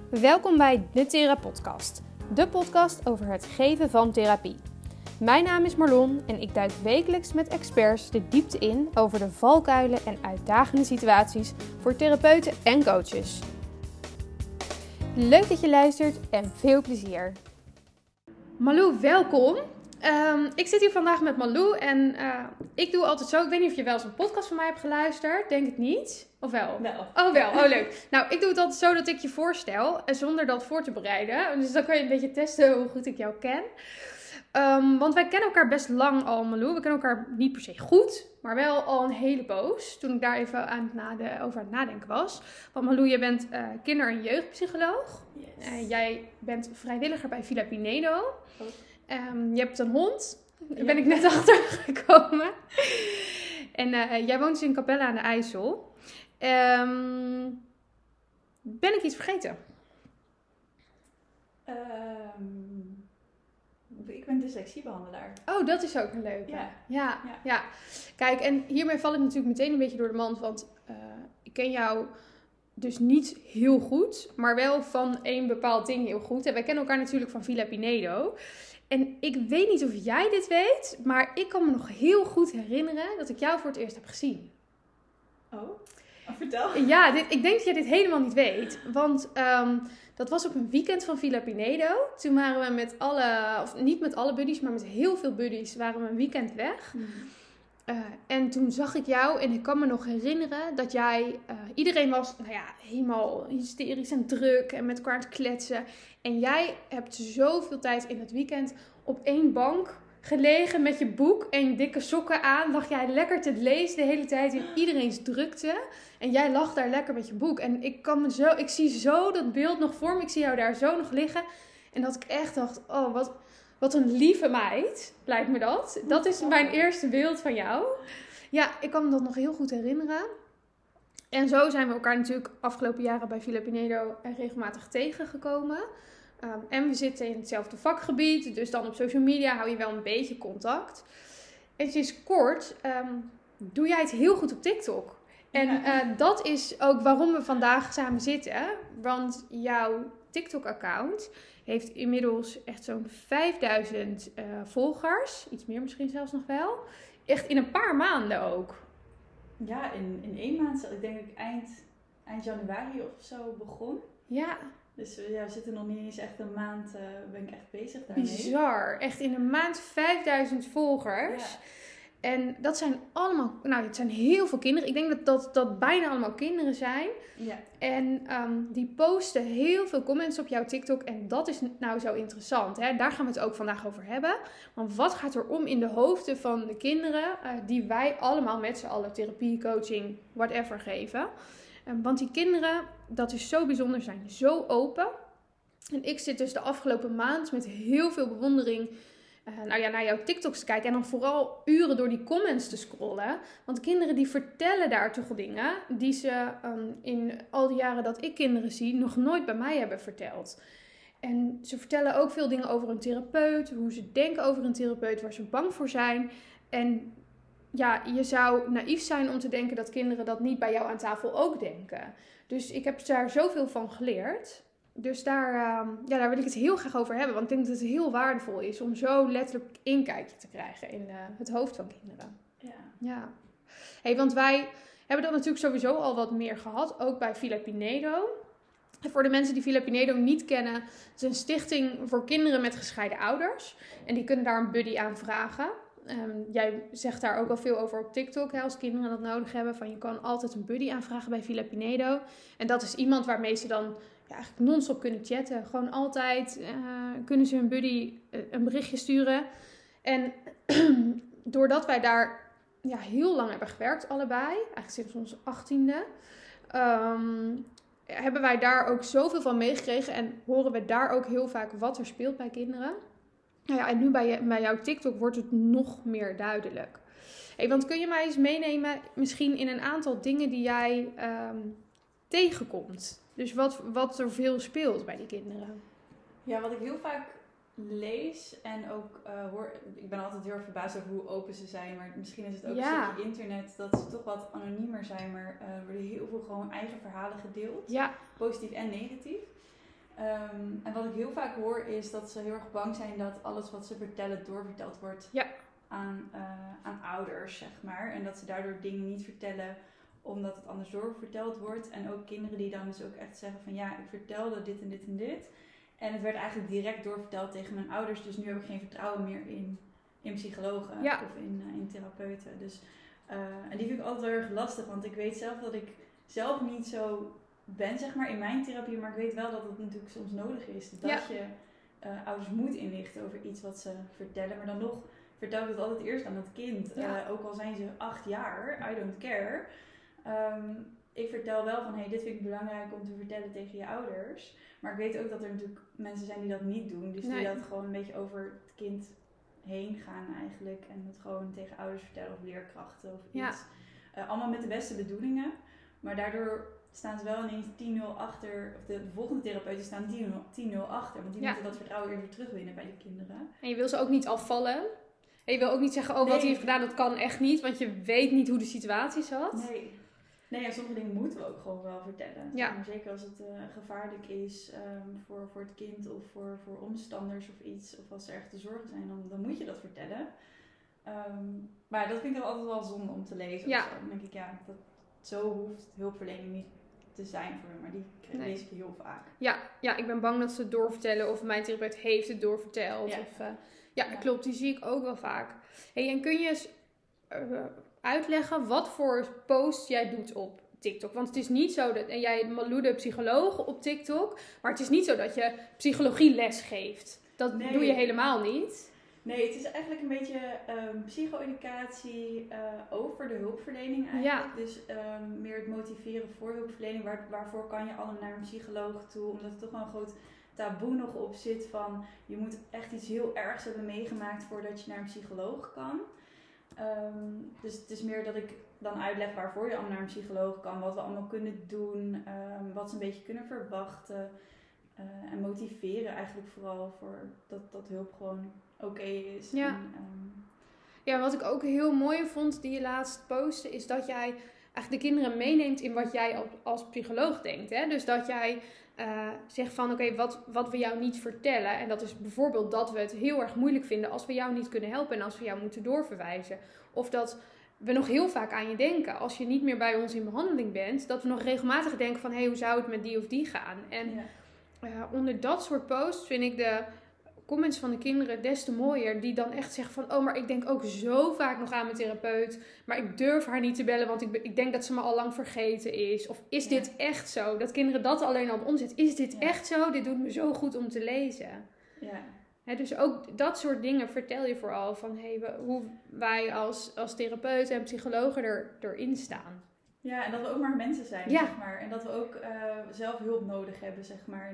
Welkom bij de Therapodcast, de podcast over het geven van therapie. Mijn naam is Marlon en ik duik wekelijks met experts de diepte in over de valkuilen en uitdagende situaties voor therapeuten en coaches. Leuk dat je luistert en veel plezier. Malou, welkom. Ik zit hier vandaag met Malou en ik doe altijd zo. Ik weet niet of je wel eens een podcast van mij hebt geluisterd. Denk het niet. Of wel? Wel. Oh, wel. Oh, leuk. Nou, ik doe het altijd zo dat ik je voorstel zonder dat voor te bereiden. Dus dan kan je een beetje testen hoe goed ik jou ken. Want wij kennen elkaar best lang al, Malou. We kennen elkaar niet per se goed, maar wel al een hele poos. Toen ik daar even over aan het nadenken was. Want Malou, je bent kinder- en jeugdpsycholoog. Yes. Jij bent vrijwilliger bij Villa Pinedo. Oh. Je hebt een hond. Daar Ja. ben ik net achter gekomen. En jij woont dus in Capelle aan de IJssel. Ben ik iets vergeten? Ik ben dyslexiebehandelaar. Oh, dat is ook een leuke. Ja. Ja. Kijk, en hiermee val ik natuurlijk meteen een beetje door de mand. Want ik ken jou dus niet heel goed, maar wel van één bepaald ding heel goed. En wij kennen elkaar natuurlijk van Villa Pinedo. En ik weet niet of jij dit weet, maar ik kan me nog heel goed herinneren dat ik jou voor het eerst heb gezien. Oh, vertel. Ja, ik denk dat jij dit helemaal niet weet. Want dat was op een weekend van Villa Pinedo. Toen waren we met niet met alle buddies, maar met heel veel buddies waren we een weekend weg. En toen zag ik jou en ik kan me nog herinneren dat jij... iedereen was helemaal hysterisch en druk en met elkaar aan het kletsen. En jij hebt zoveel tijd in het weekend op één bank gelegen met je boek en je dikke sokken aan. Lag jij lekker te lezen de hele tijd in iedereen's drukte. En jij lag daar lekker met je boek. En ik zie zo dat beeld nog voor me. Ik zie jou daar zo nog liggen. En dat ik echt dacht, oh wat een lieve meid, lijkt me dat. Dat is mijn eerste beeld van jou. Ja, ik kan me dat nog heel goed herinneren. En zo zijn we elkaar natuurlijk afgelopen jaren bij Villa Pinedo regelmatig tegengekomen. En we zitten in hetzelfde vakgebied, dus dan op social media hou je wel een beetje contact. En sinds kort doe jij het heel goed op TikTok. En dat is ook waarom we vandaag samen zitten. Want jouw TikTok-account heeft inmiddels echt zo'n 5000 volgers. Iets meer misschien zelfs nog wel. Echt in een paar maanden ook. Ja, in 1 maand. Ik denk dat ik eind januari of zo begon. Ja. Dus we zitten nog niet eens echt een maand, ben ik echt bezig daarmee. Bizar. Echt in een maand 5000 volgers. Ja. En dat zijn allemaal, het zijn heel veel kinderen. Ik denk dat bijna allemaal kinderen zijn. Ja. En die posten heel veel comments op jouw TikTok. En dat is nou zo interessant. Hè? Daar gaan we het ook vandaag over hebben. Want wat gaat er om in de hoofden van de kinderen die wij allemaal met z'n allen therapie, coaching, whatever geven. Want die kinderen, dat is zo bijzonder, zijn zo open. En ik zit dus de afgelopen maand met heel veel bewondering naar jouw TikToks te kijken. En dan vooral uren door die comments te scrollen. Want de kinderen die vertellen daar toch dingen die ze in al die jaren dat ik kinderen zie nog nooit bij mij hebben verteld. En ze vertellen ook veel dingen over een therapeut. Hoe ze denken over een therapeut. Waar ze bang voor zijn. En ja, je zou naïef zijn om te denken dat kinderen dat niet bij jou aan tafel ook denken. Dus ik heb daar zoveel van geleerd. Dus daar wil ik het heel graag over hebben. Want ik denk dat het heel waardevol is om zo letterlijk inkijkje te krijgen in het hoofd van kinderen. Ja. Hey, want wij hebben dat natuurlijk sowieso al wat meer gehad. Ook bij Villa Pinedo. En voor de mensen die Villa Pinedo niet kennen. Het is een stichting voor kinderen met gescheiden ouders. En die kunnen daar een buddy aan vragen. Jij zegt daar ook al veel over op TikTok, hè, als kinderen dat nodig hebben. Van je kan altijd een buddy aanvragen bij Villa Pinedo. En dat is iemand waarmee ze dan eigenlijk non-stop kunnen chatten. Gewoon altijd kunnen ze hun buddy een berichtje sturen. En doordat wij daar heel lang hebben gewerkt allebei, eigenlijk sinds onze 18e... hebben wij daar ook zoveel van meegekregen. En horen we daar ook heel vaak wat er speelt bij kinderen. En nu bij jouw TikTok wordt het nog meer duidelijk. Hey, want kun je mij eens meenemen misschien in een aantal dingen die jij tegenkomt? Dus wat er veel speelt bij die kinderen. Ja, wat ik heel vaak lees en ook hoor... Ik ben altijd heel erg verbaasd over hoe open ze zijn. Maar misschien is het ook een stukje internet dat ze toch wat anoniemer zijn. Maar er worden heel veel gewoon eigen verhalen gedeeld. Ja. Positief en negatief. En wat ik heel vaak hoor is dat ze heel erg bang zijn dat alles wat ze vertellen doorverteld wordt aan ouders, zeg maar. En dat ze daardoor dingen niet vertellen omdat het anders doorverteld wordt. En ook kinderen die dan dus ook echt zeggen van ja, ik vertelde dit en dit en dit. En het werd eigenlijk direct doorverteld tegen mijn ouders. Dus nu heb ik geen vertrouwen meer in psychologen of in therapeuten. Dus, en die vind ik altijd wel erg lastig. Want ik weet zelf dat ik zelf niet zo ben, zeg maar, in mijn therapie. Maar ik weet wel dat het natuurlijk soms nodig is. Dat je ouders moet inlichten over iets wat ze vertellen. Maar dan nog vertel ik het altijd eerst aan het kind. Ook al zijn ze 8 jaar, I don't care. Ik vertel wel van, dit vind ik belangrijk om te vertellen tegen je ouders. Maar ik weet ook dat er natuurlijk mensen zijn die dat niet doen. Dus die dat gewoon een beetje over het kind heen gaan eigenlijk. En het gewoon tegen ouders vertellen of leerkrachten of iets. Allemaal met de beste bedoelingen. Maar daardoor staan ze wel ineens 10-0 achter. Of de volgende therapeuten staan 10-0 achter. Want die moeten dat vertrouwen weer terugwinnen bij de kinderen. En je wil ze ook niet afvallen. En je wil ook niet zeggen, wat hij heeft gedaan, dat kan echt niet. Want je weet niet hoe de situatie zat. Nee, en sommige dingen moeten we ook gewoon wel vertellen. Maar zeker als het gevaarlijk is voor het kind of voor omstanders of iets. Of als er echt te zorgen zijn, dan moet je dat vertellen. Maar dat vind ik altijd wel zonde om te lezen. Dan denk ik, zo hoeft hulpverlening niet te zijn voor me. Maar die lees ik heel vaak. Ja, ik ben bang dat ze het doorvertellen. Of mijn therapeut heeft het doorverteld. Klopt. Die zie ik ook wel vaak. En kun je eens uitleggen wat voor post jij doet op TikTok? Want het is niet zo dat... En jij Malou de psycholoog op TikTok. Maar het is niet zo dat je psychologieles geeft. Dat doe je helemaal niet. Nee, het is eigenlijk een beetje psycho-educatie over de hulpverlening eigenlijk. Dus meer het motiveren voor hulpverlening. Waarvoor kan je allemaal naar een psycholoog toe? Omdat er toch wel een groot taboe nog op zit van... Je moet echt iets heel ergs hebben meegemaakt voordat je naar een psycholoog kan. Dus het is meer dat ik dan uitleg waarvoor je allemaal naar een psycholoog kan. Wat we allemaal kunnen doen. Wat ze een beetje kunnen verwachten. En motiveren eigenlijk vooral voor dat hulp gewoon oké is. Ja, wat ik ook heel mooi vond die je laatst postte, is dat jij eigenlijk de kinderen meeneemt in wat jij als psycholoog denkt. Hè? Dus dat jij zegt van oké, wat we jou niet vertellen. En dat is bijvoorbeeld dat we het heel erg moeilijk vinden als we jou niet kunnen helpen en als we jou moeten doorverwijzen. Of dat we nog heel vaak aan je denken. Als je niet meer bij ons in behandeling bent, dat we nog regelmatig denken van hoe zou het met die of die gaan. En onder dat soort posts vind ik de comments van de kinderen des te mooier. Die dan echt zeggen van, maar ik denk ook zo vaak nog aan mijn therapeut. Maar ik durf haar niet te bellen, want ik denk dat ze me al lang vergeten is. Of is dit echt zo? Dat kinderen dat alleen al omzetten. Is dit echt zo? Dit doet me zo goed om te lezen. Dus ook dat soort dingen vertel je vooral van hoe wij als therapeuten en psychologen erin staan. Ja, en dat we ook maar mensen zijn, zeg maar. En dat we ook zelf hulp nodig hebben, zeg maar.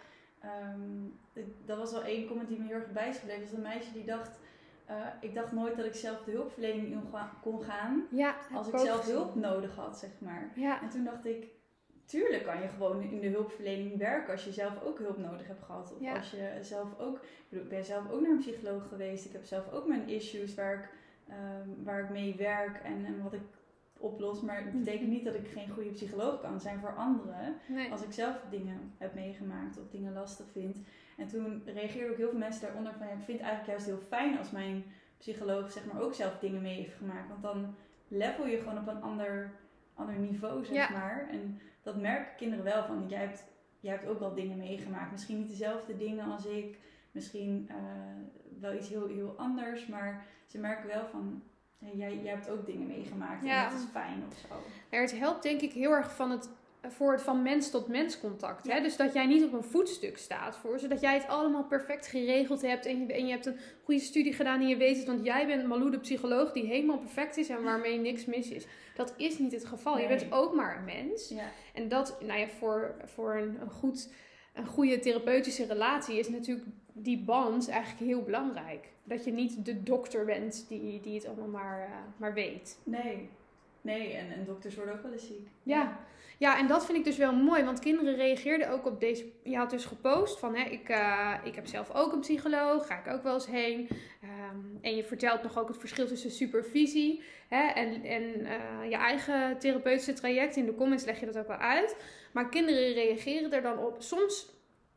Dat was wel één comment die me heel erg bij is gebleven. Dat was een meisje die dacht... ik dacht nooit dat ik zelf de hulpverlening in kon gaan. Als ik zelf hulp nodig had, zeg maar. En toen dacht ik... Tuurlijk kan je gewoon in de hulpverlening werken als je zelf ook hulp nodig hebt gehad. Of als je zelf ook... Ik ben zelf ook naar een psycholoog geweest. Ik heb zelf ook mijn issues waar ik mee werk en wat ik oplos. Maar het betekent niet dat ik geen goede psycholoog kan zijn voor anderen. Nee. Als ik zelf dingen heb meegemaakt of dingen lastig vind. En toen reageerden ook heel veel mensen daaronder van... ik vind het eigenlijk juist heel fijn als mijn psycholoog zeg maar ook zelf dingen mee heeft gemaakt. Want dan level je gewoon op een ander niveau, zeg maar. En dat merken kinderen wel van... Jij hebt ook wel dingen meegemaakt. Misschien niet dezelfde dingen als ik. Misschien wel iets heel, heel anders. Maar ze merken wel van... Jij hebt ook dingen meegemaakt. En dat is fijn of zo. Ja, het helpt denk ik heel erg voor het van mens tot mens contact. Hè? Dus dat jij niet op een voetstuk staat voor ze. Dat jij het allemaal perfect geregeld hebt. En je hebt een goede studie gedaan en je weet het. Want jij bent Malou de psycholoog die helemaal perfect is en waarmee niks mis is. Dat is niet het geval. Nee. Je bent ook maar een mens. Ja. En dat, voor een goede therapeutische relatie is natuurlijk die band eigenlijk heel belangrijk. Dat je niet de dokter bent die het allemaal maar weet. Nee, en dokters worden ook wel eens ziek. Ja, en dat vind ik dus wel mooi. Want kinderen reageerden ook op deze... Je had dus gepost van... ik heb zelf ook een psycholoog. Ga ik ook wel eens heen. En je vertelt nog ook het verschil tussen supervisie... en je eigen therapeutische traject. In de comments leg je dat ook wel uit. Maar kinderen reageren er dan op. Soms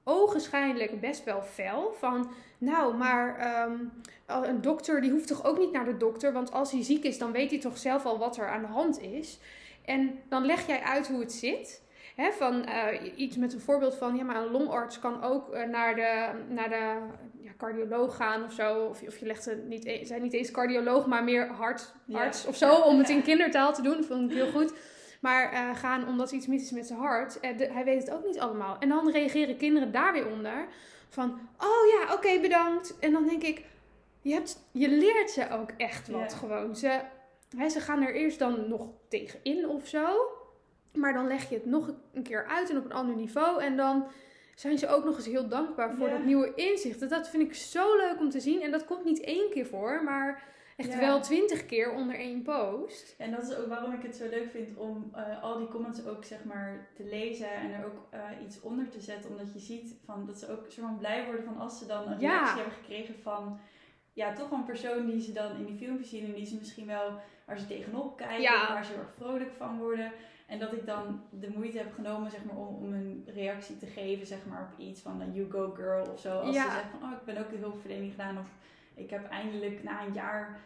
ogenschijnlijk best wel fel. Van, nou, maar een dokter die hoeft toch ook niet naar de dokter. Want als hij ziek is, dan weet hij toch zelf al wat er aan de hand is. En dan leg jij uit hoe het zit. Hè, van iets met een voorbeeld van, ja, maar een longarts kan ook naar de cardioloog gaan of zo. Of je legt het zijn niet eens cardioloog, maar meer hartarts of zo. Om het in kindertaal te doen. Dat vond ik heel goed. Maar gaan omdat iets mis is met zijn hart. Hij weet het ook niet allemaal. En dan reageren kinderen daar weer onder. Van, oh ja, oké, bedankt. En dan denk ik, je leert ze ook echt wat gewoon. Ze gaan er eerst dan nog tegenin of zo. Maar dan leg je het nog een keer uit en op een ander niveau. En dan zijn ze ook nog eens heel dankbaar voor dat nieuwe inzicht. Dat vind ik zo leuk om te zien. En dat komt niet 1 keer voor, maar echt wel 20 keer onder 1 post. En dat is ook waarom ik het zo leuk vind om al die comments ook zeg maar te lezen en er ook iets onder te zetten. Omdat je ziet dat ze ook soort van blij worden van als ze dan een reactie hebben gekregen van toch een persoon die ze dan in die filmpjes zien en die ze misschien wel waar ze tegenop kijken, waar ze heel erg vrolijk van worden. En dat ik dan de moeite heb genomen zeg maar, om een reactie te geven zeg maar, op iets van you go girl of zo. Als ze zeggen van ik ben ook de hulpverlening gedaan of ik heb eindelijk na een jaar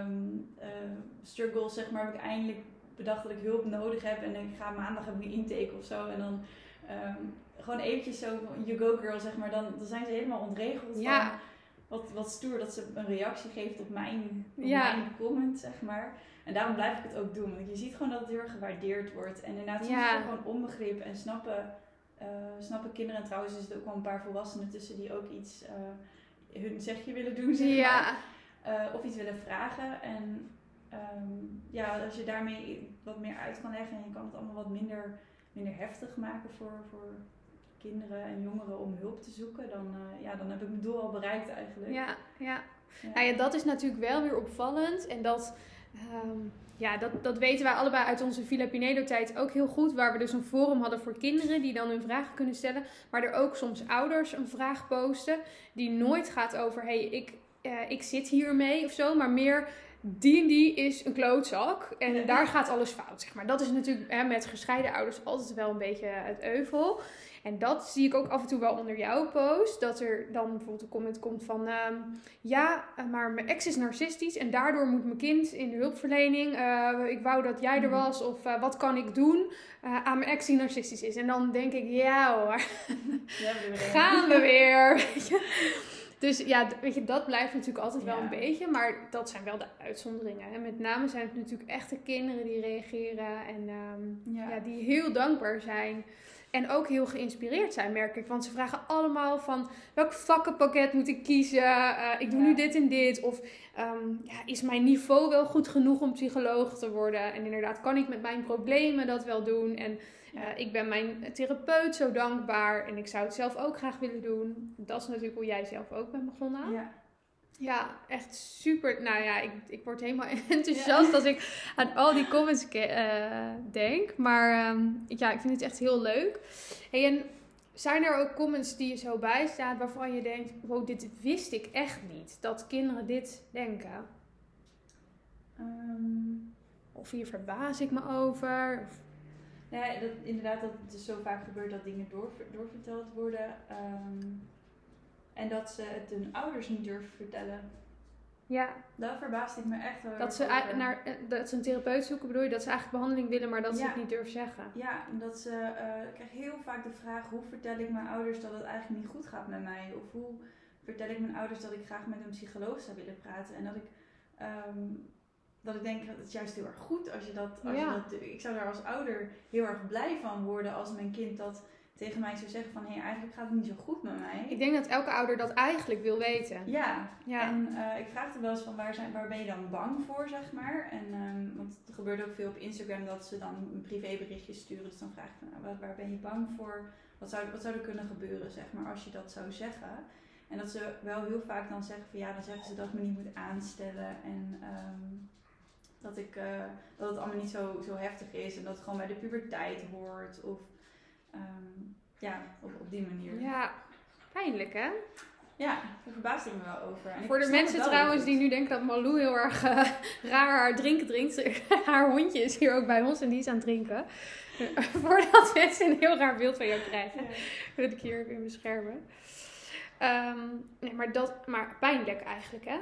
struggle zeg maar, heb ik eindelijk bedacht dat ik hulp nodig heb en ik ga maandag heb ik een intake of zo. En dan gewoon eventjes zo van you go girl zeg maar, dan zijn ze helemaal ontregeld van wat stoer dat ze een reactie geeft op mijn comment zeg maar. En daarom blijf ik het ook doen. Want je ziet gewoon dat het heel erg gewaardeerd wordt. En inderdaad, soms is er gewoon onbegrip. En snappen kinderen. En trouwens is er ook wel een paar volwassenen tussen die ook iets hun zegje willen doen, zeg maar. Of iets willen vragen. En als je daarmee wat meer uit kan leggen. En je kan het allemaal wat minder heftig maken voor kinderen en jongeren om hulp te zoeken. Dan heb ik mijn doel al bereikt eigenlijk. Ja. Nou ja, dat is natuurlijk wel weer opvallend. En dat weten wij allebei uit onze Villa Pinedo tijd ook heel goed. Waar we dus een forum hadden voor kinderen die dan hun vragen kunnen stellen. Maar er ook soms ouders een vraag posten die nooit gaat over ik zit hiermee of zo. Maar meer die is een klootzak en daar gaat alles fout. Zeg maar. Dat is natuurlijk met gescheiden ouders altijd wel een beetje het euvel. En dat zie ik ook af en toe wel onder jouw post. Dat er dan bijvoorbeeld een comment komt van maar mijn ex is narcistisch en daardoor moet mijn kind in de hulpverlening. Ik wou dat jij er was of wat kan ik doen aan mijn ex die narcistisch is. En dan denk ik, hoor, gaan we weer. Dus weet je, dat blijft natuurlijk altijd wel een beetje. Maar dat zijn wel de uitzonderingen. En met name zijn het natuurlijk echte kinderen die reageren en die heel dankbaar zijn. En ook heel geïnspireerd zijn, merk ik. Want ze vragen allemaal van welk vakkenpakket moet ik kiezen? Ik doe nu dit en dit. Of is mijn niveau wel goed genoeg om psycholoog te worden? En inderdaad, kan ik met mijn problemen dat wel doen? En ik ben mijn therapeut zo dankbaar. En ik zou het zelf ook graag willen doen. Dat is natuurlijk hoe jij zelf ook bent begonnen. Ja, echt super. Nou ja, ik word helemaal enthousiast als ik aan al die comments denk. Maar ik vind het echt heel leuk. Hey, en zijn er ook comments die je zo bijstaat waarvan je denkt, wow, dit wist ik echt niet. Dat kinderen dit denken. Of hier verbaas ik me over. Of... Ja, inderdaad dat het dus zo vaak gebeurt dat dingen doorverteld worden. En dat ze het hun ouders niet durven vertellen. Ja. Dat verbaast ik me echt wel. Dat ze een therapeut zoeken, bedoel je? Dat ze eigenlijk behandeling willen, maar dat ze het niet durven zeggen. Ja, omdat ze krijgen heel vaak de vraag, hoe vertel ik mijn ouders dat het eigenlijk niet goed gaat met mij? Of hoe vertel ik mijn ouders dat ik graag met een psycholoog zou willen praten? En dat ik denk, dat het juist heel erg goed als je dat ik zou daar als ouder heel erg blij van worden als mijn kind dat tegen mij zou zeggen van, eigenlijk gaat het niet zo goed met mij. Ik denk dat elke ouder dat eigenlijk wil weten. Ja. En ik vraag er wel eens van, waar ben je dan bang voor, zeg maar? En, want er gebeurt ook veel op Instagram dat ze dan een privéberichtje sturen. Dus dan vraag ik van, waar ben je bang voor? Wat zou er kunnen gebeuren, zeg maar, als je dat zou zeggen? En dat ze wel heel vaak dan zeggen van, dan zeggen ze dat ik me niet moet aanstellen. En dat het allemaal niet zo heftig is. En dat het gewoon bij de puberteit hoort. Of... op die manier. Ja, pijnlijk hè? Ja, daar verbaasde ik me wel over. En voor de mensen trouwens die nu denken dat Malou heel erg raar haar drinken drinkt. Haar hondje is hier ook bij ons en die is aan het drinken. Voordat mensen een heel raar beeld van jou krijgen. Wil ik hier weer beschermen. Maar pijnlijk eigenlijk, hè?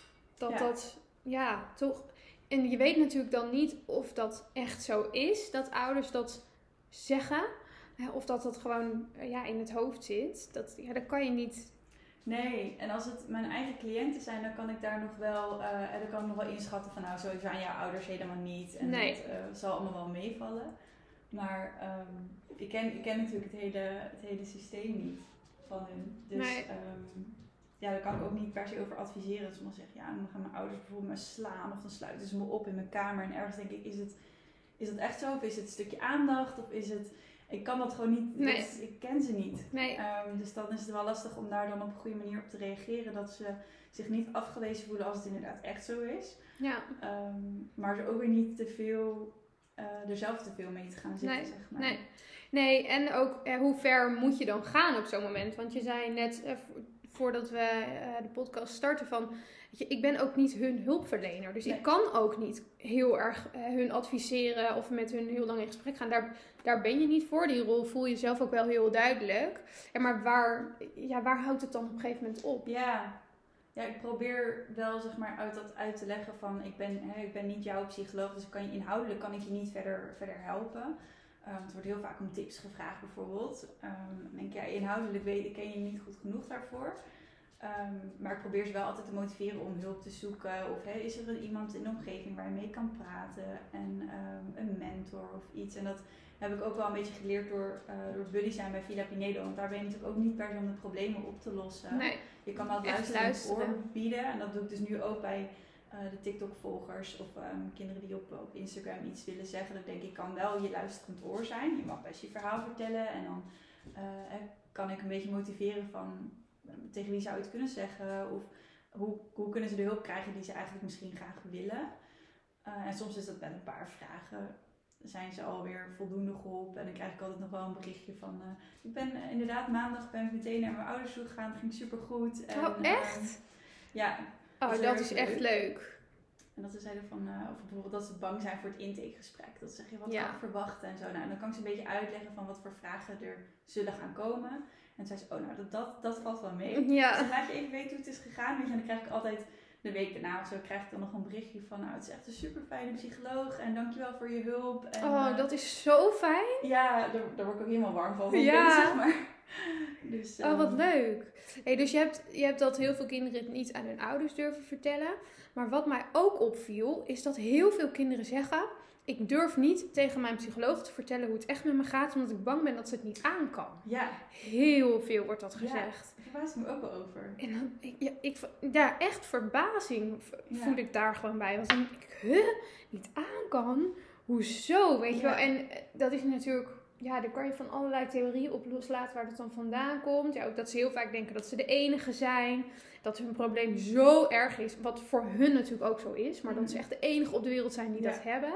Toch. En je weet natuurlijk dan niet of dat echt zo is, dat ouders dat zeggen. Of dat gewoon in het hoofd zit. Dat kan je niet. Nee, en als het mijn eigen cliënten zijn, dan kan ik daar nog wel, inschatten van zo zijn jouw ouders helemaal niet. En het zal allemaal wel meevallen. Maar ik ken natuurlijk het hele systeem niet van hun. Dus daar kan ik ook niet per se over adviseren. Sommigen zeggen, dan gaan mijn ouders bijvoorbeeld me slaan of dan sluiten ze me op in mijn kamer. En ergens denk ik, is dat echt zo? Of is het een stukje aandacht? Of is het... Ik kan dat gewoon niet, ik ken ze niet. Nee. Dus dan is het wel lastig om daar dan op een goede manier op te reageren. Dat ze zich niet afgewezen voelen als het inderdaad echt zo is. Ja. Maar ze ook weer niet te veel, er zelf te veel mee te gaan zitten, zeg maar. Nee, en ook hoe ver moet je dan gaan op zo'n moment? Want je zei net, voordat we de podcast starten van... Ik ben ook niet hun hulpverlener. Dus ik kan ook niet heel erg hun adviseren of met hun heel lang in gesprek gaan. Daar ben je niet voor. Die rol voel je zelf ook wel heel duidelijk. Maar waar houdt het dan op een gegeven moment op? Ja, ik probeer wel zeg maar uit te leggen van ik ben niet jouw psycholoog. Dus inhoudelijk kan ik je niet verder helpen. Het wordt heel vaak om tips gevraagd bijvoorbeeld. Dan denk ik, inhoudelijk ken je niet goed genoeg daarvoor. Maar ik probeer ze wel altijd te motiveren om hulp te zoeken. Of is er iemand in de omgeving waar je mee kan praten. En een mentor of iets. En dat heb ik ook wel een beetje geleerd door buddy zijn bij Villa Pinedo. Want daar ben je natuurlijk ook niet per se om de problemen op te lossen. Nee, je kan wel luisteren oor bieden. En dat doe ik dus nu ook bij de TikTok-volgers. Of kinderen die op Instagram iets willen zeggen. Dat denk ik kan wel je luisterend oor zijn. Je mag best je verhaal vertellen. En dan kan ik een beetje motiveren van... Tegen wie zou je het kunnen zeggen? Of hoe kunnen ze de hulp krijgen die ze eigenlijk misschien graag willen? En soms is dat met een paar vragen. Zijn ze alweer voldoende geholpen? En dan krijg ik altijd nog wel een berichtje van... ik ben inderdaad maandag meteen naar mijn ouders toe gegaan. Het ging supergoed. En, echt? Ja. Dat is echt leuk. En dat ze zeiden van... of bijvoorbeeld dat ze bang zijn voor het intakegesprek. Dat ze zeggen, wat kan ik verwachten? En zo. Nou, en dan kan ik ze een beetje uitleggen van wat voor vragen er zullen gaan komen. En toen zei ze, dat valt wel mee. Ja. Dus laat je even weten hoe het is gegaan. Weet je, en dan krijg ik altijd de week daarna of zo krijg ik dan nog een berichtje van... het is echt een super fijne psycholoog en dankjewel voor je hulp. En, dat is zo fijn. Ja, daar word ik ook helemaal warm van. Zeg maar. Dus, wat leuk. Dus je hebt dat heel veel kinderen het niet aan hun ouders durven vertellen. Maar wat mij ook opviel, is dat heel veel kinderen zeggen... Ik durf niet tegen mijn psycholoog te vertellen hoe het echt met me gaat, omdat ik bang ben dat ze het niet aan kan. Ja. Heel veel wordt dat gezegd. Daar verbaas ik me ook wel over. En dan, echt verbazing voel ik daar gewoon bij. Want dan denk ik, niet aan kan? Hoezo? Weet je wel? En dat is natuurlijk, daar kan je van allerlei theorieën op loslaten waar het dan vandaan komt. Ja, ook dat ze heel vaak denken dat ze de enige zijn. Dat hun probleem zo erg is, wat voor hun natuurlijk ook zo is. Maar dat ze echt de enige op de wereld zijn die dat hebben.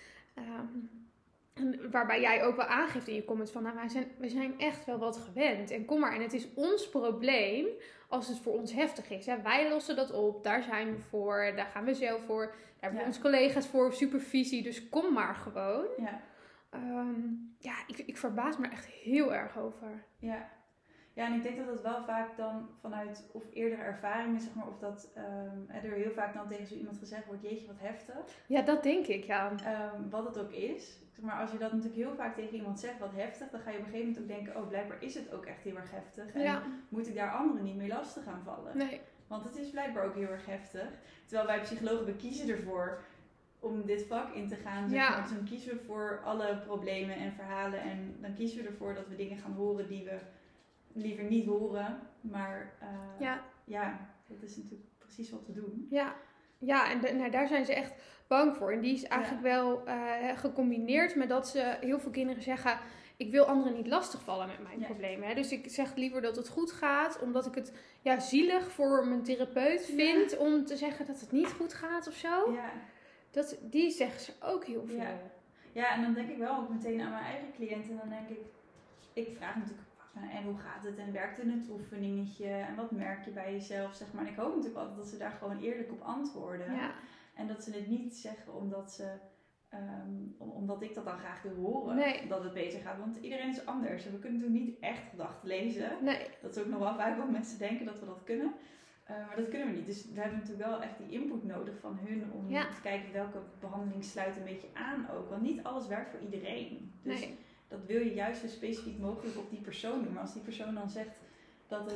Waarbij jij ook wel aangeeft in je comments van... we zijn echt wel wat gewend. En kom maar, en het is ons probleem als het voor ons heftig is. Hè? Wij lossen dat op, daar zijn we voor, daar gaan we zelf voor. Daar hebben we onze collega's voor, supervisie. Dus kom maar gewoon. Ja. Ik verbaas me echt heel erg over. Ja, en ik denk dat dat wel vaak dan vanuit of eerdere ervaringen, zeg maar, of dat er heel vaak dan tegen zo iemand gezegd wordt, jeetje wat heftig. Ja, dat denk ik, ja. Wat het ook is. Zeg maar als je dat natuurlijk heel vaak tegen iemand zegt, wat heftig, dan ga je op een gegeven moment ook denken, blijkbaar is het ook echt heel erg heftig. En moet ik daar anderen niet mee lastig gaan vallen. Nee. Want het is blijkbaar ook heel erg heftig. Terwijl wij psychologen, we kiezen ervoor om dit vak in te gaan. Zeg maar. Dus dan kiezen we voor alle problemen en verhalen. En dan kiezen we ervoor dat we dingen gaan horen die we liever niet horen. Maar dat is natuurlijk precies wat te doen. Ja, en daar zijn ze echt bang voor. En die is eigenlijk wel gecombineerd met dat ze heel veel kinderen zeggen... Ik wil anderen niet lastigvallen met mijn problemen. Hè? Dus ik zeg liever dat het goed gaat. Omdat ik het zielig voor mijn therapeut vind om te zeggen dat het niet goed gaat of zo. Ja. Die zeggen ze ook heel veel. Ja, en dan denk ik wel ook meteen aan mijn eigen cliënten. Dan denk ik vraag natuurlijk... En hoe gaat het? En werkt in het oefeningetje? En wat merk je bij jezelf? Zeg maar. En ik hoop natuurlijk altijd dat ze daar gewoon eerlijk op antwoorden. Ja. En dat ze het niet zeggen omdat ze Omdat ik dat dan graag wil horen, Nee. dat het beter gaat. Want iedereen is anders. En we kunnen natuurlijk niet echt gedachten lezen. Nee. Dat is ook nog wel vaak wat mensen denken dat we dat kunnen. Maar dat kunnen we niet. Dus we hebben natuurlijk wel echt die input nodig van hun om te kijken welke behandeling sluit een beetje aan ook. Want niet alles werkt voor iedereen. Dus dat wil je juist zo specifiek mogelijk op die persoon doen. Maar als die persoon dan zegt dat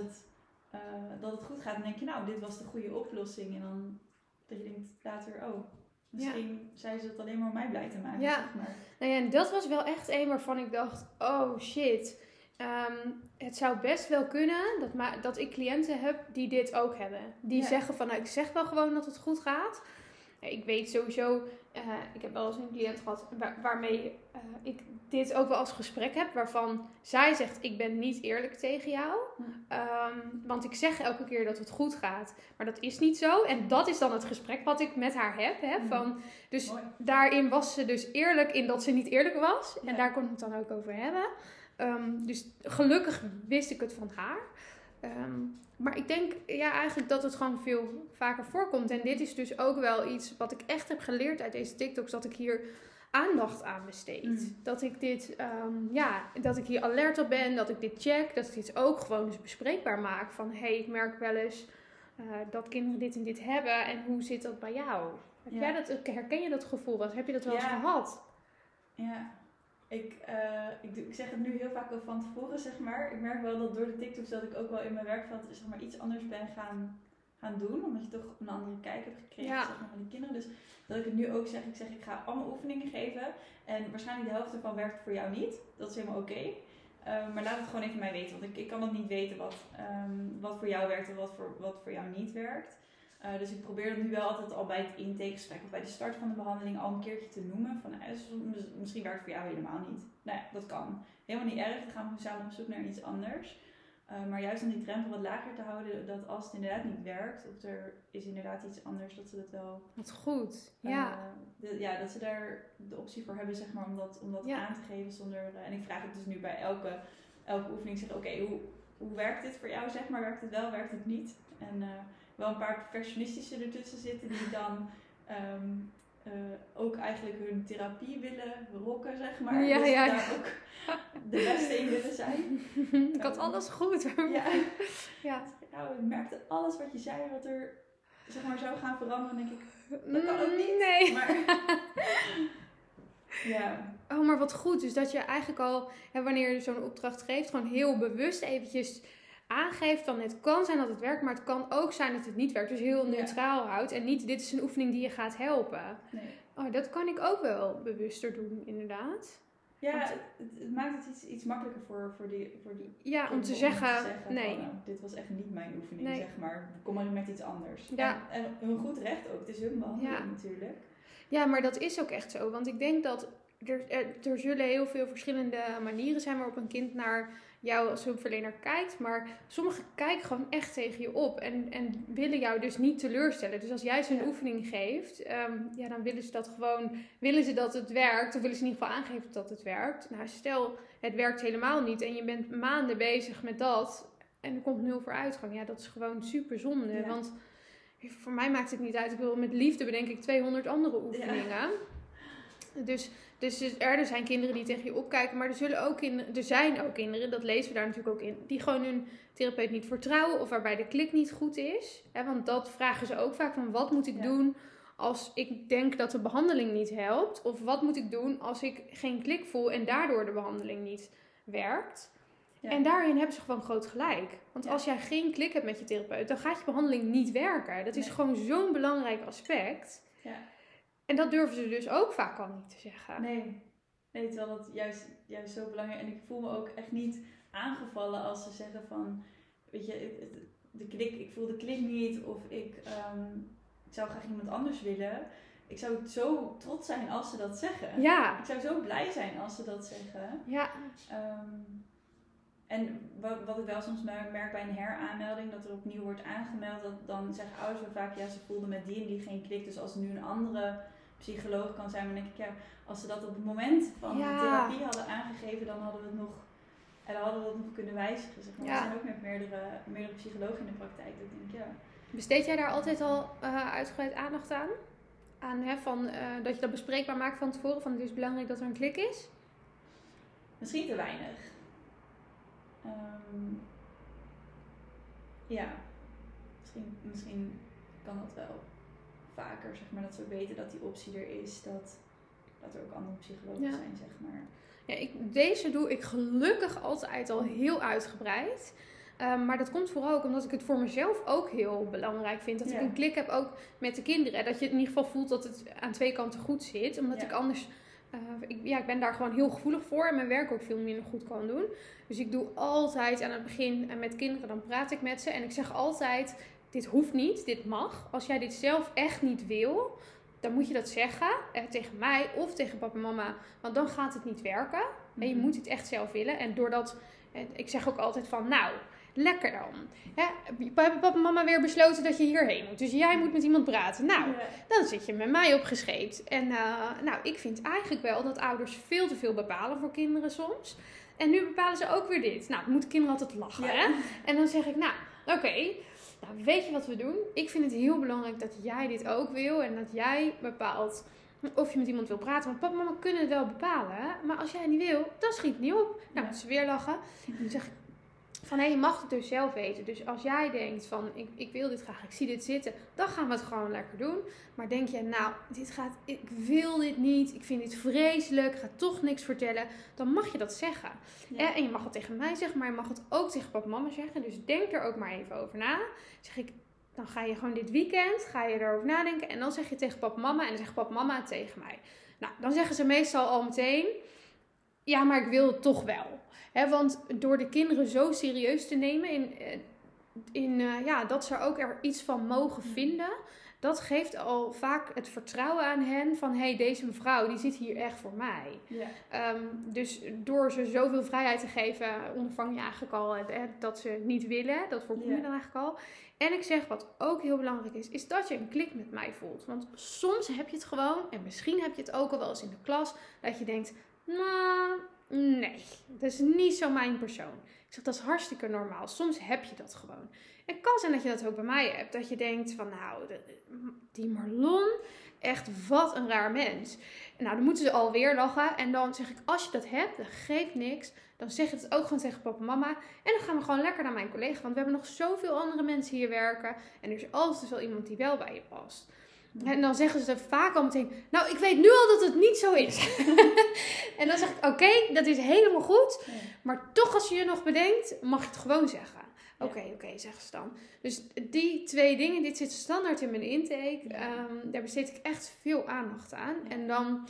het goed gaat, dan denk je nou, dit was de goede oplossing. En dan dat je denkt later, misschien zei ze het alleen maar om mij blij te maken. Ja. Zeg maar. Nou ja, en dat was wel echt een waarvan ik dacht, oh shit. Het zou best wel kunnen dat ik cliënten heb die dit ook hebben. Die zeggen van, nou, ik zeg wel gewoon dat het goed gaat. Ik weet sowieso, ik heb wel eens een cliënt gehad waarmee ik dit ook wel als gesprek heb. Waarvan zij zegt, ik ben niet eerlijk tegen jou. Want ik zeg elke keer dat het goed gaat. Maar dat is niet zo. En dat is dan het gesprek wat ik met haar heb. Dus mooi. Daarin was ze dus eerlijk in dat ze niet eerlijk was. Ja. En daar kon ik het dan ook over hebben. Dus gelukkig wist ik het van haar. Maar ik denk eigenlijk dat het gewoon veel vaker voorkomt. En dit is dus ook wel iets wat ik echt heb geleerd uit deze TikToks. Dat ik hier aandacht aan besteed. Dat ik dit, dat ik hier alert op ben. Dat ik dit check. Dat ik dit ook gewoon dus bespreekbaar maak. Van, ik merk wel eens dat kinderen dit en dit hebben. En hoe zit dat bij jou? Herken je dat gevoel? Heb je dat wel eens gehad? Ja. Ik zeg het nu heel vaak al van tevoren, zeg maar. Ik merk wel dat door de TikToks dat ik ook wel in mijn werkveld zeg maar, iets anders ben gaan doen. Omdat je toch een andere kijk hebt gekregen zeg maar, van die kinderen. Dus dat ik het nu ook zeg, ik ga allemaal oefeningen geven. En waarschijnlijk de helft ervan werkt voor jou niet. Dat is helemaal oké. Maar laat het gewoon even mij weten. Want ik kan het niet weten wat voor jou werkt en wat voor jou niet werkt. Dus ik probeer dat nu wel altijd al bij het intakegesprek of bij de start van de behandeling al een keertje te noemen. Van, misschien werkt het voor jou helemaal niet. Nou ja, dat kan. Helemaal niet erg. Dan gaan we samen op zoek naar iets anders. Maar juist om die drempel wat lager te houden, dat als het inderdaad niet werkt, of er is inderdaad iets anders, dat ze dat wel... Wat goed, dat ze daar de optie voor hebben, zeg maar, om dat aan te geven zonder... en ik vraag het dus nu bij elke oefening, zeg oké, hoe werkt dit voor jou, zeg maar? Werkt het wel, werkt het niet? En wel een paar perfectionistische ertussen zitten die dan... ook eigenlijk hun therapie willen rocken, zeg maar. Daar ook de beste in willen zijn. Ik had alles goed. Ik merkte alles wat je zei, wat er zeg maar zou gaan veranderen. Dan denk ik, dat kan ook niet. Nee. Maar, Oh, maar wat goed. Dus dat je eigenlijk al, wanneer je zo'n opdracht geeft, gewoon heel bewust eventjes aangeeft van het kan zijn dat het werkt, maar het kan ook zijn dat het niet werkt. Dus heel neutraal houdt en niet dit is een oefening die je gaat helpen. Nee. Oh, dat kan ik ook wel bewuster doen, inderdaad. Ja, het maakt het iets makkelijker voor die om te zeggen nee. Van, dit was echt niet mijn oefening, zeg maar. Kom maar met iets anders. Ja. En een goed recht ook. Het is hun behandeling natuurlijk. Ja, maar dat is ook echt zo. Want ik denk dat er zullen heel veel verschillende manieren zijn waarop een kind naar jou als hulpverlener kijkt. Maar sommigen kijken gewoon echt tegen je op. En willen jou dus niet teleurstellen. Dus als jij ze een oefening geeft, dan willen ze dat gewoon. Willen ze dat het werkt. Of willen ze in ieder geval aangeven dat het werkt. Nou, stel het werkt helemaal niet. En je bent maanden bezig met dat. En er komt 0 vooruitgang. Ja, dat is gewoon super zonde. Ja. Want voor mij maakt het niet uit. Ik wil met liefde bedenk ik 200 andere oefeningen. Ja. Dus er zijn kinderen die tegen je opkijken, maar er zijn ook kinderen, dat lezen we daar natuurlijk ook in, die gewoon hun therapeut niet vertrouwen of waarbij de klik niet goed is. Want dat vragen ze ook vaak van, wat moet ik doen als ik denk dat de behandeling niet helpt? Of wat moet ik doen als ik geen klik voel en daardoor de behandeling niet werkt? Ja. En daarin hebben ze gewoon groot gelijk. Want als jij geen klik hebt met je therapeut, dan gaat je behandeling niet werken. Dat is gewoon zo'n belangrijk aspect. Ja. En dat durven ze dus ook vaak al niet te zeggen. Nee, terwijl dat juist zo belangrijk is. En ik voel me ook echt niet aangevallen als ze zeggen van, weet je, ik voel de klik niet of ik zou graag iemand anders willen. Ik zou zo trots zijn als ze dat zeggen. Ja. Ik zou zo blij zijn als ze dat zeggen. Ja. En wat ik wel soms merk bij een heraanmelding, dat er opnieuw wordt aangemeld, dan zeggen ouders wel vaak, ze voelden met die en die geen klik. Dus als er nu een andere psycholoog kan zijn, dan denk ik, als ze dat op het moment van de therapie hadden aangegeven, dan hadden we het nog kunnen wijzigen. Zeg maar. Er zijn ook met meerdere psychologen in de praktijk. Dat denk ik, Besteed jij daar altijd al uitgebreid aandacht aan dat je dat bespreekbaar maakt van tevoren? Van het is belangrijk dat er een klik is? Misschien te weinig. Ja, misschien kan dat wel vaker, zeg maar, dat we weten dat die optie er is, dat er ook andere psychologen zijn, zeg maar. Ja, deze doe ik gelukkig altijd al heel uitgebreid. Maar dat komt vooral ook omdat ik het voor mezelf ook heel belangrijk vind. Dat ik een klik heb ook met de kinderen. Dat je in ieder geval voelt dat het aan twee kanten goed zit. Omdat ik anders... ik ben daar gewoon heel gevoelig voor. En mijn werk ook veel minder goed kan doen. Dus ik doe altijd aan het begin met kinderen. Dan praat ik met ze. En ik zeg altijd... Dit hoeft niet. Dit mag. Als jij dit zelf echt niet wil... Dan moet je dat zeggen tegen mij of tegen papa en mama. Want dan gaat het niet werken. En je moet het echt zelf willen. En doordat... Ik zeg ook altijd van... Nou... Lekker dan. Papa en mama weer besloten dat je hierheen moet. Dus jij moet met iemand praten. Nou, dan zit je met mij opgescheept. En ik vind eigenlijk wel dat ouders veel te veel bepalen voor kinderen soms. En nu bepalen ze ook weer dit. Nou, dan moeten kinderen altijd lachen. Ja. Hè? En dan zeg ik, oké. Nou, weet je wat we doen? Ik vind het heel belangrijk dat jij dit ook wil. En dat jij bepaalt of je met iemand wil praten. Want papa en mama kunnen het wel bepalen. Maar als jij niet wil, dan schiet het niet op. Nou, moeten ze weer lachen. En dan zeg ik, van je mag het dus zelf weten. Dus als jij denkt van ik wil dit graag, ik zie dit zitten, dan gaan we het gewoon lekker doen. Maar denk je, ik wil dit niet, ik vind dit vreselijk, ik ga toch niks vertellen, dan mag je dat zeggen. Ja. En je mag het tegen mij zeggen, maar je mag het ook tegen papa en mama zeggen. Dus denk er ook maar even over na. Zeg ik, dan ga je gewoon dit weekend, ga je erover nadenken en dan zeg je tegen papa en mama en dan zegt papa en mama het tegen mij. Nou, dan zeggen ze meestal al meteen, ja, maar ik wil het toch wel. Want door de kinderen zo serieus te nemen dat ze ook er iets van mogen vinden, dat geeft al vaak het vertrouwen aan hen van deze mevrouw die zit hier echt voor mij. Ja. Dus door ze zoveel vrijheid te geven, ondervang je eigenlijk al dat ze niet willen. Dat voorkom je dan eigenlijk al. En ik zeg wat ook heel belangrijk is dat je een klik met mij voelt. Want soms heb je het gewoon, en misschien heb je het ook al wel eens in de klas, dat je denkt, nee, dat is niet zo mijn persoon. Ik zeg, dat is hartstikke normaal. Soms heb je dat gewoon. En het kan zijn dat je dat ook bij mij hebt. Dat je denkt van, die Marlon, echt wat een raar mens. En dan moeten ze alweer lachen. En dan zeg ik, als je dat hebt, dat geeft niks. Dan zeg je het ook gewoon tegen papa en mama. En dan gaan we gewoon lekker naar mijn collega. Want we hebben nog zoveel andere mensen hier werken. En er is altijd wel iemand die wel bij je past. En dan zeggen ze vaak al meteen, ik weet nu al dat het niet zo is. En dan zeg ik, oké, dat is helemaal goed. Ja. Maar toch als je je nog bedenkt, mag je het gewoon zeggen. Oké, zeggen ze dan. Dus die twee dingen, dit zit standaard in mijn intake. Ja. Daar besteed ik echt veel aandacht aan. Ja. En dan,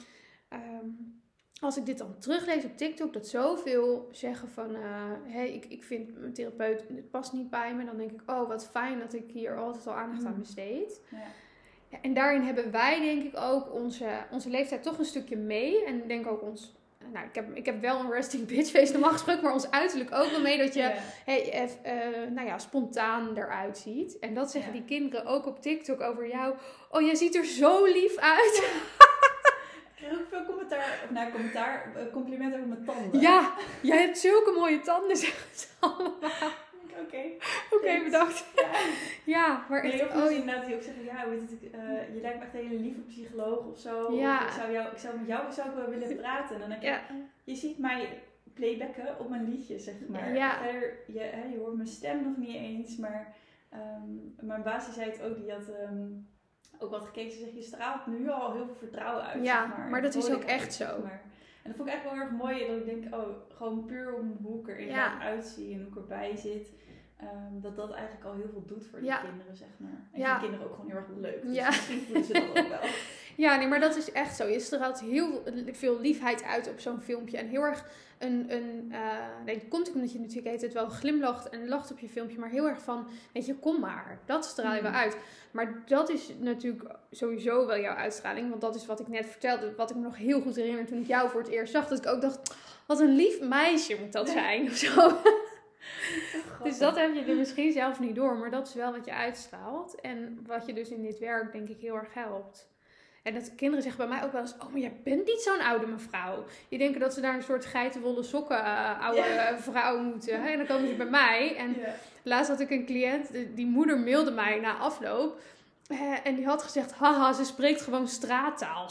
als ik dit dan teruglees op TikTok, dat zoveel zeggen van, ik vind mijn therapeut, het past niet bij me. Dan denk ik, wat fijn dat ik hier altijd al aandacht aan besteed. Ja. Ja, en daarin hebben wij denk ik ook onze leeftijd toch een stukje mee. En ik denk ook ik heb wel een resting bitch face normaal gesproken, maar ons uiterlijk ook wel mee dat je spontaan eruit ziet. En dat zeggen die kinderen ook op TikTok over jou. Oh, jij ziet er zo lief uit. Ik krijg ook veel complimenten over mijn tanden. Ja, jij hebt zulke mooie tanden, zeggen ze allemaal. Oké, bedankt. Ja, maar echt... inderdaad die ook zeggen, je lijkt me echt een hele lieve psycholoog of zo. Ja. Of ik zou met jou wel willen praten. En dan denk ik, je ziet mij playbacken op mijn liedje, zeg maar. Ja. Verder, je hoort mijn stem nog niet eens, maar mijn baas zei het ook, die had ook wat gekeken. Ze zegt, je straalt nu al heel veel vertrouwen uit, ja, zeg maar dat is ook echt zo. Maar. En dat vond ik echt wel heel erg mooi, dat ik denk, gewoon puur om hoe ik er inderdaad uitzie en hoe ik erbij zit. Dat eigenlijk al heel veel doet voor die kinderen, zeg maar. En ik vind kinderen ook gewoon heel erg leuk. Dus misschien voelen ze dat ook wel. Ja, nee, maar dat is echt zo. Je straalt heel veel liefheid uit op zo'n filmpje. En heel erg dat komt omdat je natuurlijk het wel glimlacht en lacht op je filmpje. Maar heel erg van, kom maar. Dat straal je wel uit. Maar dat is natuurlijk sowieso wel jouw uitstraling. Want dat is wat ik net vertelde. Wat ik me nog heel goed herinner toen ik jou voor het eerst zag. Dat ik ook dacht, wat een lief meisje moet dat zijn. Of zo. Dus dat heb je er misschien zelf niet door, maar dat is wel wat je uitstraalt. En wat je dus in dit werk denk ik heel erg helpt. En dat kinderen zeggen bij mij ook wel eens, maar jij bent niet zo'n oude mevrouw. Die denken dat ze daar een soort geitenwolle sokken oude vrouw moeten. Hè? En dan komen ze bij mij. En laatst had ik een cliënt, die moeder mailde mij na afloop. En die had gezegd, haha, ze spreekt gewoon straattaal.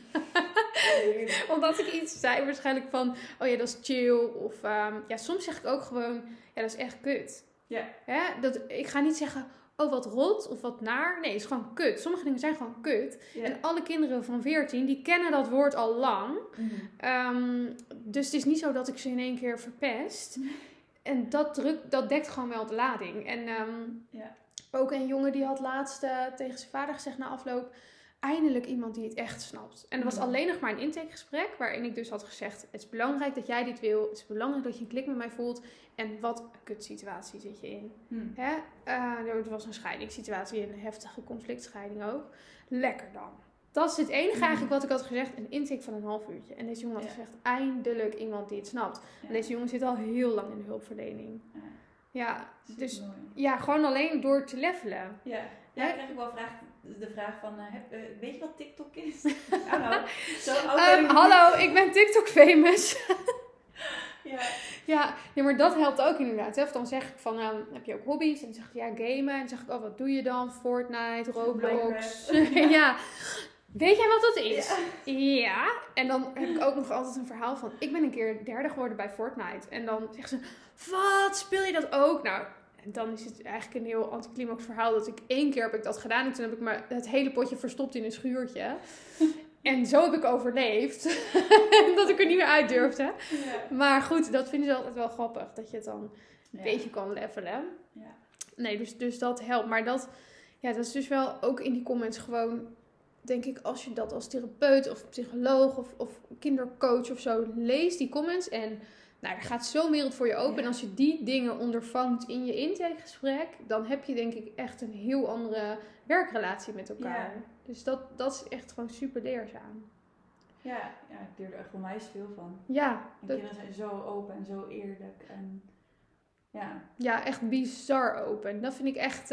Omdat ik iets zei waarschijnlijk van, oh ja, dat is chill. Of soms zeg ik ook gewoon, ja, dat is echt kut. Ja. Ik ga niet zeggen, oh wat rot of wat naar. Nee, het is gewoon kut. Sommige dingen zijn gewoon kut. Ja. En alle kinderen van 14, die kennen dat woord al lang. Dus het is niet zo dat ik ze in één keer verpest. En dat dekt gewoon wel de lading. En ook een jongen die had laatst tegen zijn vader gezegd na afloop, eindelijk iemand die het echt snapt. En dat was alleen nog maar een intakegesprek, waarin ik dus had gezegd, het is belangrijk dat jij dit wil. Het is belangrijk dat je een klik met mij voelt. En wat een kutsituatie zit je in. Het was een scheidingssituatie, een heftige conflictscheiding ook. Lekker dan. Dat is het enige eigenlijk wat ik had gezegd. Een intake van een half uurtje. En deze jongen had gezegd, eindelijk iemand die het snapt. Ja. En deze jongen zit al heel lang in de hulpverlening. Dus gewoon alleen door te levelen. Ja, dan krijg ik wel de vraag van, weet je wat TikTok is? Hallo, ik ben TikTok famous. Ja, maar dat helpt ook inderdaad. Of dan zeg ik van, heb je ook hobby's? En dan zeg ik, ja, gamen. En dan zeg ik, oh, wat doe je dan? Fortnite, Roblox. Ja. Weet jij wat dat is? Ja. En dan heb ik ook nog altijd een verhaal van, ik ben een keer derde geworden bij Fortnite. En dan zegt ze, wat, speel je dat ook? Nou, en dan is het eigenlijk een heel anticlimax verhaal dat ik 1 keer heb ik dat gedaan. En toen heb ik maar het hele potje verstopt in een schuurtje. En zo heb ik overleefd. Dat ik er niet meer uit durfde. Ja. Maar goed, dat vinden ze altijd wel grappig. Dat je het dan een beetje kan levelen. Ja. Nee, dus dat helpt. Maar dat is dus wel ook in die comments gewoon, denk ik, als je dat als therapeut of psycholoog of kindercoach of zo leest, die comments. En er gaat zo'n wereld voor je open. Ja. En als je die dingen ondervangt in je intakegesprek, dan heb je denk ik echt een heel andere werkrelatie met elkaar. Ja. Dus dat is echt gewoon super leerzaam. Ja, ik leer er echt onwijs veel van. Ja. En kinderen zijn zo open en zo eerlijk. En ja, echt bizar open. Dat vind ik echt,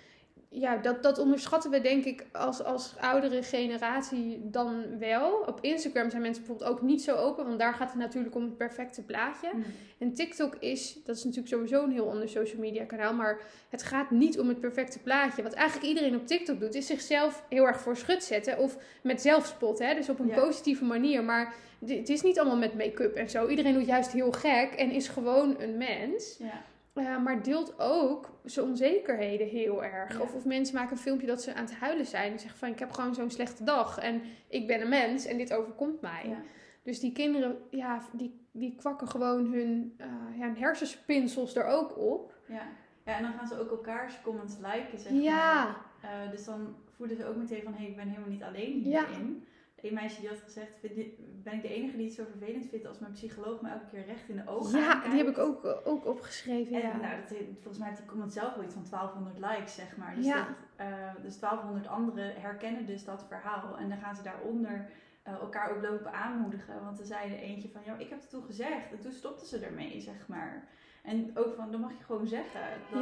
dat onderschatten we denk ik als oudere generatie dan wel. Op Instagram zijn mensen bijvoorbeeld ook niet zo open, want daar gaat het natuurlijk om het perfecte plaatje. En TikTok dat is natuurlijk sowieso een heel ander social media kanaal, maar het gaat niet om het perfecte plaatje. Wat eigenlijk iedereen op TikTok doet, is zichzelf heel erg voor schut zetten of met zelfspot, dus op een positieve manier. Maar het is niet allemaal met make-up en zo. Iedereen doet juist heel gek en is gewoon een mens. Ja. Maar deelt ook zijn onzekerheden heel erg. Ja. Of mensen maken een filmpje dat ze aan het huilen zijn. En zeggen van, ik heb gewoon zo'n slechte dag. En ik ben een mens en dit overkomt mij. Ja. Dus die kinderen, die kwakken gewoon hun hersenspinsels er ook op. Ja, en dan gaan ze ook elkaars comments liken, zeg maar. Dus dan voelen ze ook meteen van, ik ben helemaal niet alleen hierin. Een meisje die had gezegd, ben ik de enige die het zo vervelend vindt als mijn psycholoog me elke keer recht in de ogen aankijkt. Ja, die heb ik ook opgeschreven. En volgens mij heeft die comment zelf wel iets van 1200 likes, zeg maar. Dus, dus 1200 anderen herkennen dus dat verhaal. En dan gaan ze daaronder elkaar ook lopen aanmoedigen. Want er zei er eentje van, ik heb het toen gezegd. En toen stopten ze ermee, zeg maar. En ook van, dat mag je gewoon zeggen.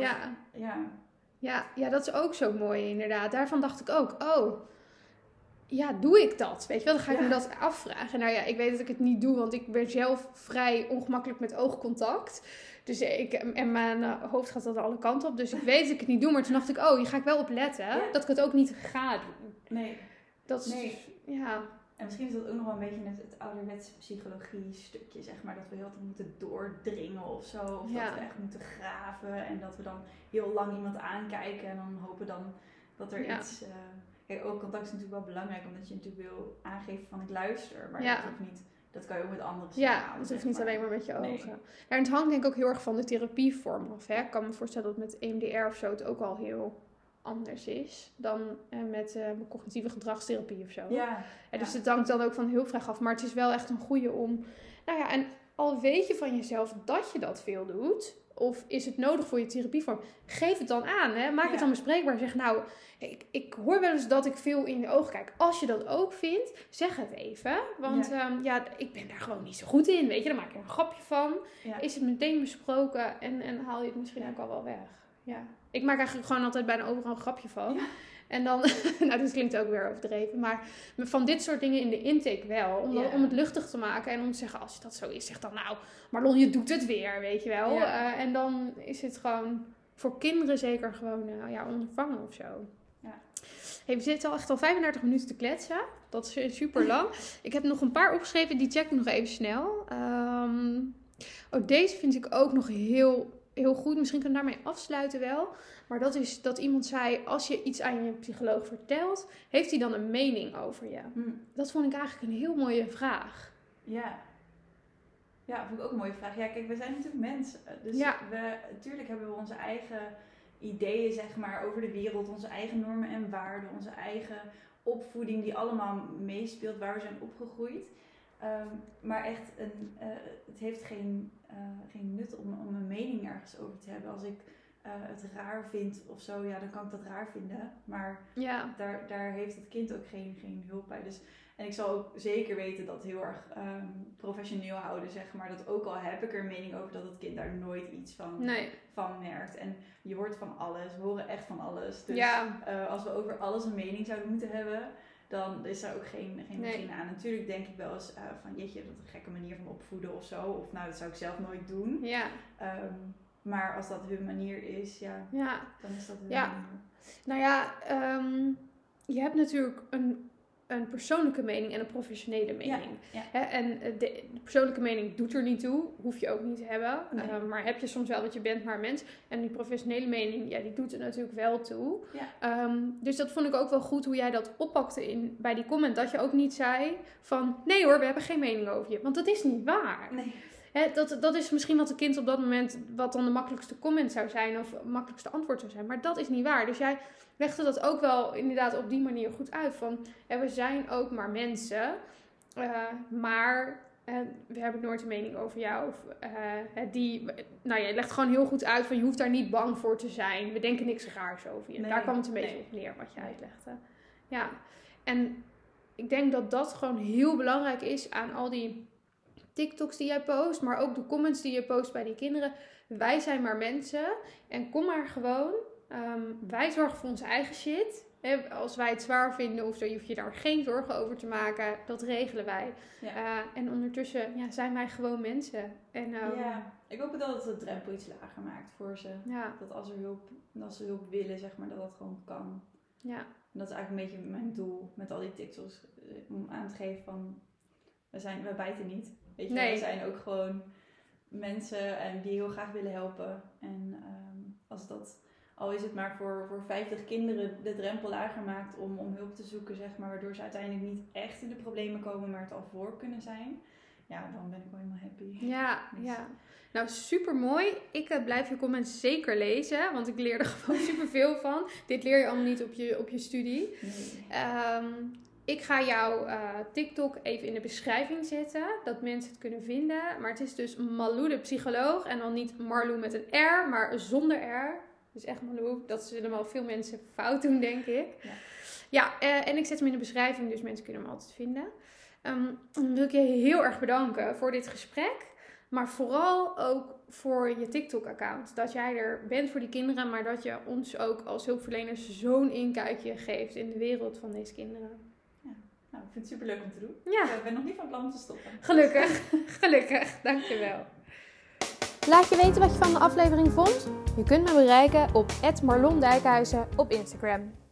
Dat is ook zo mooi inderdaad. Daarvan dacht ik ook, doe ik dat? Weet je wel, dan ga ik me dat afvragen. Nou ja, ik weet dat ik het niet doe, want ik ben zelf vrij ongemakkelijk met oogcontact. Dus en mijn hoofd gaat dan alle kanten op. Dus ik weet dat ik het niet doe, maar toen dacht ik, hier ga ik wel op letten. Dat ik het ook niet ga doen. Nee. Dat is, En misschien is dat ook nog wel een beetje het ouderwetse psychologie stukje, zeg maar. Dat we heel tijd moeten doordringen of zo. Of dat we echt moeten graven. En dat we dan heel lang iemand aankijken. En dan hopen dan dat er iets... Kijk, oogcontact is natuurlijk wel belangrijk, omdat je natuurlijk wil aangeven van ik luister. Maar dat hoeft niet. Dat kan je ook met andere signalen. Ja, dat hoeft niet alleen maar met je ogen. Nee. En het hangt denk ik ook heel erg van de therapievorm af. Ik kan me voorstellen dat met EMDR of zo het ook al heel anders is dan met cognitieve gedragstherapie of zo. Dus het hangt dan ook van heel vraag af. Maar het is wel echt een goede om... en al weet je van jezelf dat je dat veel doet, of is het nodig voor je therapievorm, geef het dan aan. Maak het dan bespreekbaar. Zeg ik hoor wel eens dat ik veel in de ogen kijk. Als je dat ook vindt, zeg het even. Want ik ben daar gewoon niet zo goed in. Weet je, dan maak je er een grapje van. Ja. Is het meteen besproken en haal je het misschien ook al wel weg. Ja. Ik maak eigenlijk gewoon altijd bijna overal een grapje van. Ja. En dan, dit klinkt ook weer overdreven, maar van dit soort dingen in de intake wel. Om het luchtig te maken en om te zeggen, als dat zo is, zeg dan Marlon, je doet het weer, weet je wel. En dan is het gewoon voor kinderen zeker gewoon ondervangen of zo. Ja. Hey, we zitten al 35 minuten te kletsen. Dat is super lang. Ik heb nog een paar opgeschreven, die check ik nog even snel. Deze vind ik ook nog heel, heel goed. Misschien kunnen we daarmee afsluiten wel. Maar dat is dat iemand zei, als je iets aan je psycholoog vertelt, heeft hij dan een mening over je? Dat vond ik eigenlijk een heel mooie vraag. Ja. Ja, dat vond ik ook een mooie vraag. Ja, kijk, we zijn natuurlijk mensen. Dus natuurlijk hebben we onze eigen ideeën, zeg maar, over de wereld. Onze eigen normen en waarden. Onze eigen opvoeding die allemaal meespeelt waar we zijn opgegroeid. Maar echt, het heeft geen nut om een mening ergens over te hebben. Als ik het raar vind of zo, ja, dan kan ik dat raar vinden. Maar daar heeft het kind ook geen hulp bij. Dus, en ik zal ook zeker weten dat heel erg professioneel houden, zeg maar. Dat ook al heb ik er een mening over, dat het kind daar nooit iets van merkt. En je hoort van alles, we horen echt van alles. Dus als we over alles een mening zouden moeten hebben, dan is daar ook geen begin aan. Natuurlijk denk ik wel eens van, jeetje, dat is een gekke manier van opvoeden of zo. Of nou, dat zou ik zelf nooit doen. Ja. Maar als dat hun manier is, dan is dat hun manier. Nou ja, je hebt natuurlijk een persoonlijke mening en een professionele mening. Ja. En de persoonlijke mening doet er niet toe. Hoef je ook niet te hebben. Nee. Maar heb je soms wel, want je bent maar mens. En die professionele mening, die doet er natuurlijk wel toe. Ja. Dus dat vond ik ook wel goed hoe jij dat oppakte bij die comment. Dat je ook niet zei van, nee hoor, we hebben geen mening over je. Want dat is niet waar. Nee. Dat is misschien wat een kind op dat moment, wat dan de makkelijkste comment zou zijn of het makkelijkste antwoord zou zijn. Maar dat is niet waar. Dus jij legde dat ook wel inderdaad op die manier goed uit. Van, we zijn ook maar mensen, maar we hebben nooit een mening over jou. Je legt gewoon heel goed uit van, je hoeft daar niet bang voor te zijn. We denken niks raars over je. Nee, daar kwam het een beetje op neer wat je uitlegde. Ja, en ik denk dat dat gewoon heel belangrijk is aan al die TikToks die jij post, maar ook de comments die je post bij die kinderen. Wij zijn maar mensen en kom maar gewoon. Wij zorgen voor onze eigen shit. Als wij het zwaar vinden, hoef je daar geen zorgen over te maken. Dat regelen wij. Ja. En ondertussen zijn wij gewoon mensen. En, ik hoop dat het de drempel iets lager maakt voor ze. Ja. Dat als ze hulp willen, zeg maar, dat dat gewoon kan. Ja. En dat is eigenlijk een beetje mijn doel met al die TikToks. Om aan te geven van, we bijten niet. Weet je, we zijn ook gewoon mensen en die heel graag willen helpen. En als dat, al is het maar voor 50 kinderen, de drempel lager maakt om hulp te zoeken, zeg maar, waardoor ze uiteindelijk niet echt in de problemen komen, maar het al voor kunnen zijn. Ja, dan ben ik wel helemaal happy. Ja. Nou, super mooi. Ik blijf je comments zeker lezen, want ik leer er gewoon super veel van. Dit leer je allemaal niet op je studie. Nee. Ik ga jouw TikTok even in de beschrijving zetten, dat mensen het kunnen vinden. Maar het is dus Malou de psycholoog en dan niet Marlou met een R, maar zonder R. Dus echt Malou, dat zullen wel veel mensen fout doen, denk ik. En ik zet hem in de beschrijving, dus mensen kunnen hem altijd vinden. Dan wil ik je heel erg bedanken voor dit gesprek. Maar vooral ook voor je TikTok-account. Dat jij er bent voor die kinderen, maar dat je ons ook als hulpverleners zo'n inkijkje geeft in de wereld van deze kinderen. Nou, ik vind het super leuk om te doen. Ja. Ik ben nog niet van plan om te stoppen. Gelukkig. Dankjewel. Laat je weten wat je van de aflevering vond. Je kunt me bereiken op @marlondijkhuizen op Instagram.